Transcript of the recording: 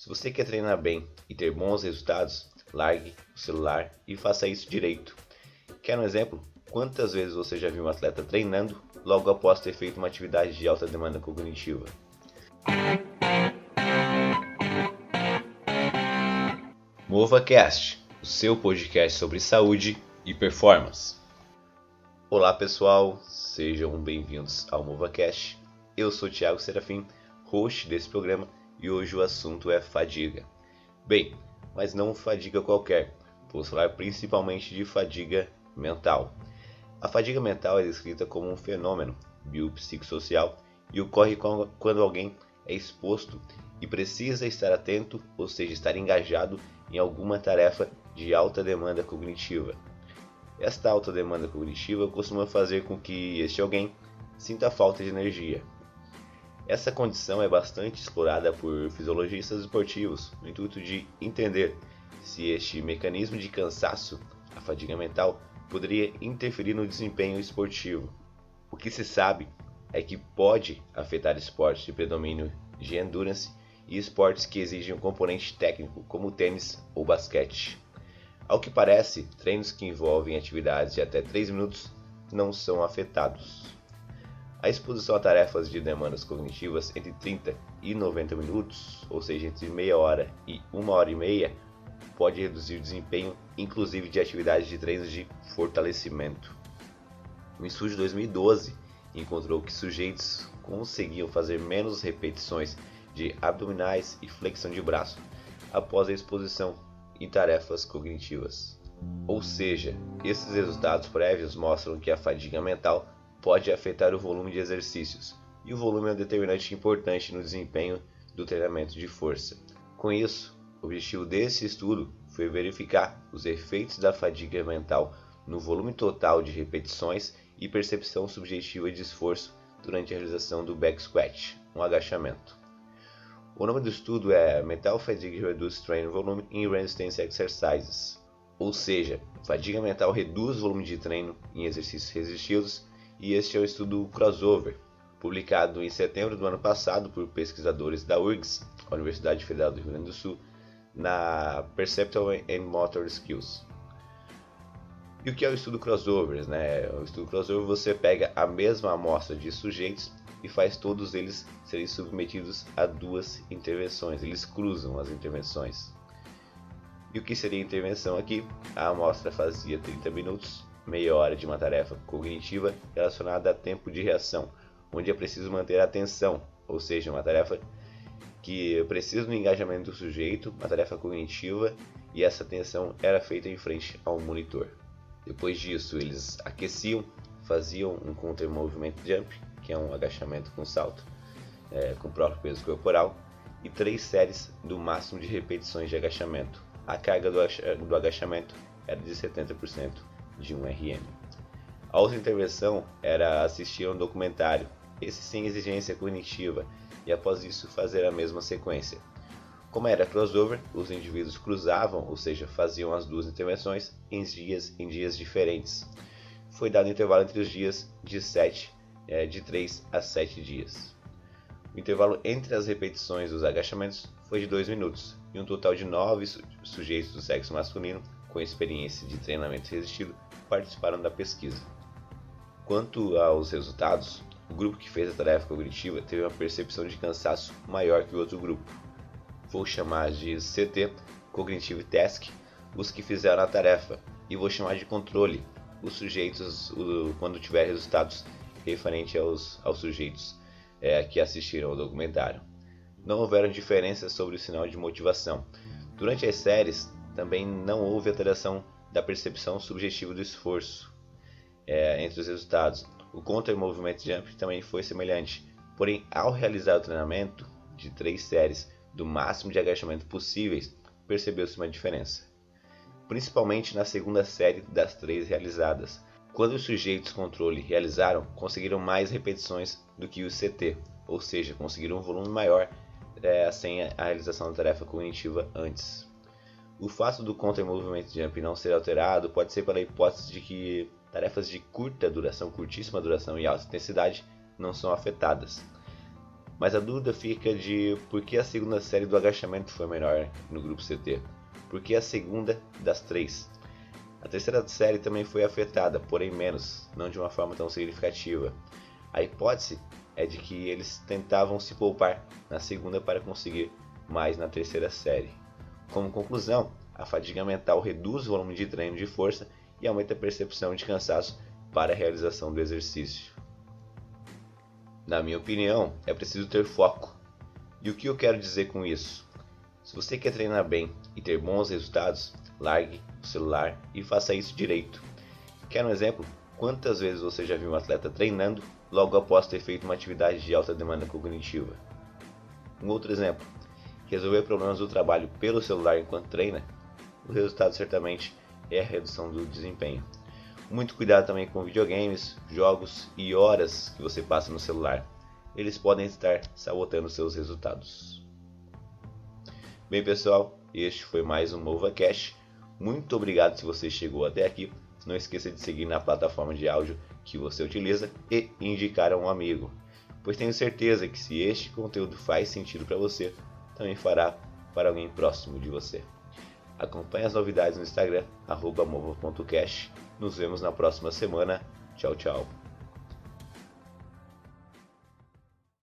Se você quer treinar bem e ter bons resultados, largue o celular e faça isso direito. Quer um exemplo? Quantas vezes você já viu um atleta treinando logo após ter feito uma atividade de alta demanda cognitiva? MovaCast, o seu podcast sobre saúde e performance. Olá pessoal, sejam bem-vindos ao MovaCast. Eu sou Thiago Serafim, host desse programa, e hoje o assunto é fadiga. Bem, mas não fadiga qualquer, vou falar principalmente de fadiga mental. A fadiga mental é descrita como um fenômeno biopsicossocial e ocorre quando alguém é exposto e precisa estar atento, ou seja, estar engajado em alguma tarefa de alta demanda cognitiva. Esta alta demanda cognitiva costuma fazer com que este alguém sinta falta de energia. Essa condição é bastante explorada por fisiologistas esportivos no intuito de entender se este mecanismo de cansaço, a fadiga mental, poderia interferir no desempenho esportivo. O que se sabe é que pode afetar esportes de predomínio de endurance e esportes que exigem um componente técnico, como tênis ou basquete. Ao que parece, treinos que envolvem atividades de até 3 minutos não são afetados. A exposição a tarefas de demandas cognitivas entre 30 e 90 minutos, ou seja, entre meia hora e 1h30, pode reduzir o desempenho, inclusive de atividades de treinos de fortalecimento. Um estudo de 2012 encontrou que sujeitos conseguiam fazer menos repetições de abdominais e flexão de braço após a exposição em tarefas cognitivas. Ou seja, esses resultados prévios mostram que a fadiga mental pode afetar o volume de exercícios, e o volume é um determinante importante no desempenho do treinamento de força. Com isso, o objetivo desse estudo foi verificar os efeitos da fadiga mental no volume total de repetições e percepção subjetiva de esforço durante a realização do back squat, um agachamento. O nome do estudo é Mental Fatigue Reduced Training Volume in Resistance Exercises, ou seja, fadiga mental reduz o volume de treino em exercícios resistivos, e este é o estudo Crossover, publicado em setembro do ano passado por pesquisadores da URGS, a Universidade Federal do Rio Grande do Sul, na Perceptual and Motor Skills. E o que é o estudo Crossover? O estudo Crossover, você pega a mesma amostra de sujeitos e faz todos eles serem submetidos a 2 intervenções, eles cruzam as intervenções. E o que seria a intervenção aqui? A amostra fazia 30 minutos, meia hora de uma tarefa cognitiva relacionada a tempo de reação, onde é preciso manter a atenção, ou seja, uma tarefa que precisa do engajamento do sujeito, uma tarefa cognitiva, e essa atenção era feita em frente a um monitor. Depois disso, eles aqueciam, faziam um counter movement jump, que é um agachamento com salto, com o próprio peso corporal, e 3 séries do máximo de repetições de agachamento. A carga do agachamento era de 70% de 1 RM. A outra intervenção era assistir a um documentário, esse sem exigência cognitiva, e após isso fazer a mesma sequência. Como era crossover, os indivíduos cruzavam, ou seja, faziam as 2 intervenções em dias diferentes. Foi dado intervalo entre os dias de 3 a 7 dias. O intervalo entre as repetições dos agachamentos foi de 2 minutos, e um total de 9 sujeitos do sexo masculino com experiência de treinamento resistido participaram da pesquisa. Quanto aos resultados, o grupo que fez a tarefa cognitiva teve uma percepção de cansaço maior que o outro grupo. Vou chamar de CT, Cognitive Task, os que fizeram a tarefa, e vou chamar de controle, os sujeitos quando tiver resultados referente aos sujeitos que assistiram ao documentário. Não houveram diferenças sobre o sinal de motivação. Durante as séries, também não houve alteração da percepção subjetiva do esforço entre os resultados. O Counter Movement Jump também foi semelhante, porém, ao realizar o treinamento de 3 séries do máximo de agachamento possíveis, percebeu-se uma diferença, principalmente na segunda série das 3 realizadas. Quando os sujeitos controle realizaram, conseguiram mais repetições do que os CT, ou seja, conseguiram um volume maior sem a realização da tarefa cognitiva antes. O fato do Counter Movement Jump não ser alterado pode ser pela hipótese de que tarefas de curtíssima duração e alta intensidade não são afetadas. Mas a dúvida fica de por que a segunda série do agachamento foi menor no grupo CT? Por que a segunda das 3? A terceira série também foi afetada, porém menos, não de uma forma tão significativa. A hipótese é de que eles tentavam se poupar na segunda para conseguir mais na terceira série. Como conclusão, a fadiga mental reduz o volume de treino de força e aumenta a percepção de cansaço para a realização do exercício. Na minha opinião, é preciso ter foco. E o que eu quero dizer com isso? Se você quer treinar bem e ter bons resultados, largue o celular e faça isso direito. Quer um exemplo? Quantas vezes você já viu um atleta treinando logo após ter feito uma atividade de alta demanda cognitiva? Um outro exemplo: resolver problemas do trabalho pelo celular enquanto treina, o resultado certamente é a redução do desempenho. Muito cuidado também com videogames, jogos e horas que você passa no celular. Eles podem estar sabotando seus resultados. Bem pessoal, este foi mais um MovaCast. Muito obrigado se você chegou até aqui. Não esqueça de seguir na plataforma de áudio que você utiliza e indicar a um amigo, pois tenho certeza que se este conteúdo faz sentido para você, também fará para alguém próximo de você. Acompanhe as novidades no Instagram, @mova.cast. Nos vemos na próxima semana. Tchau, tchau.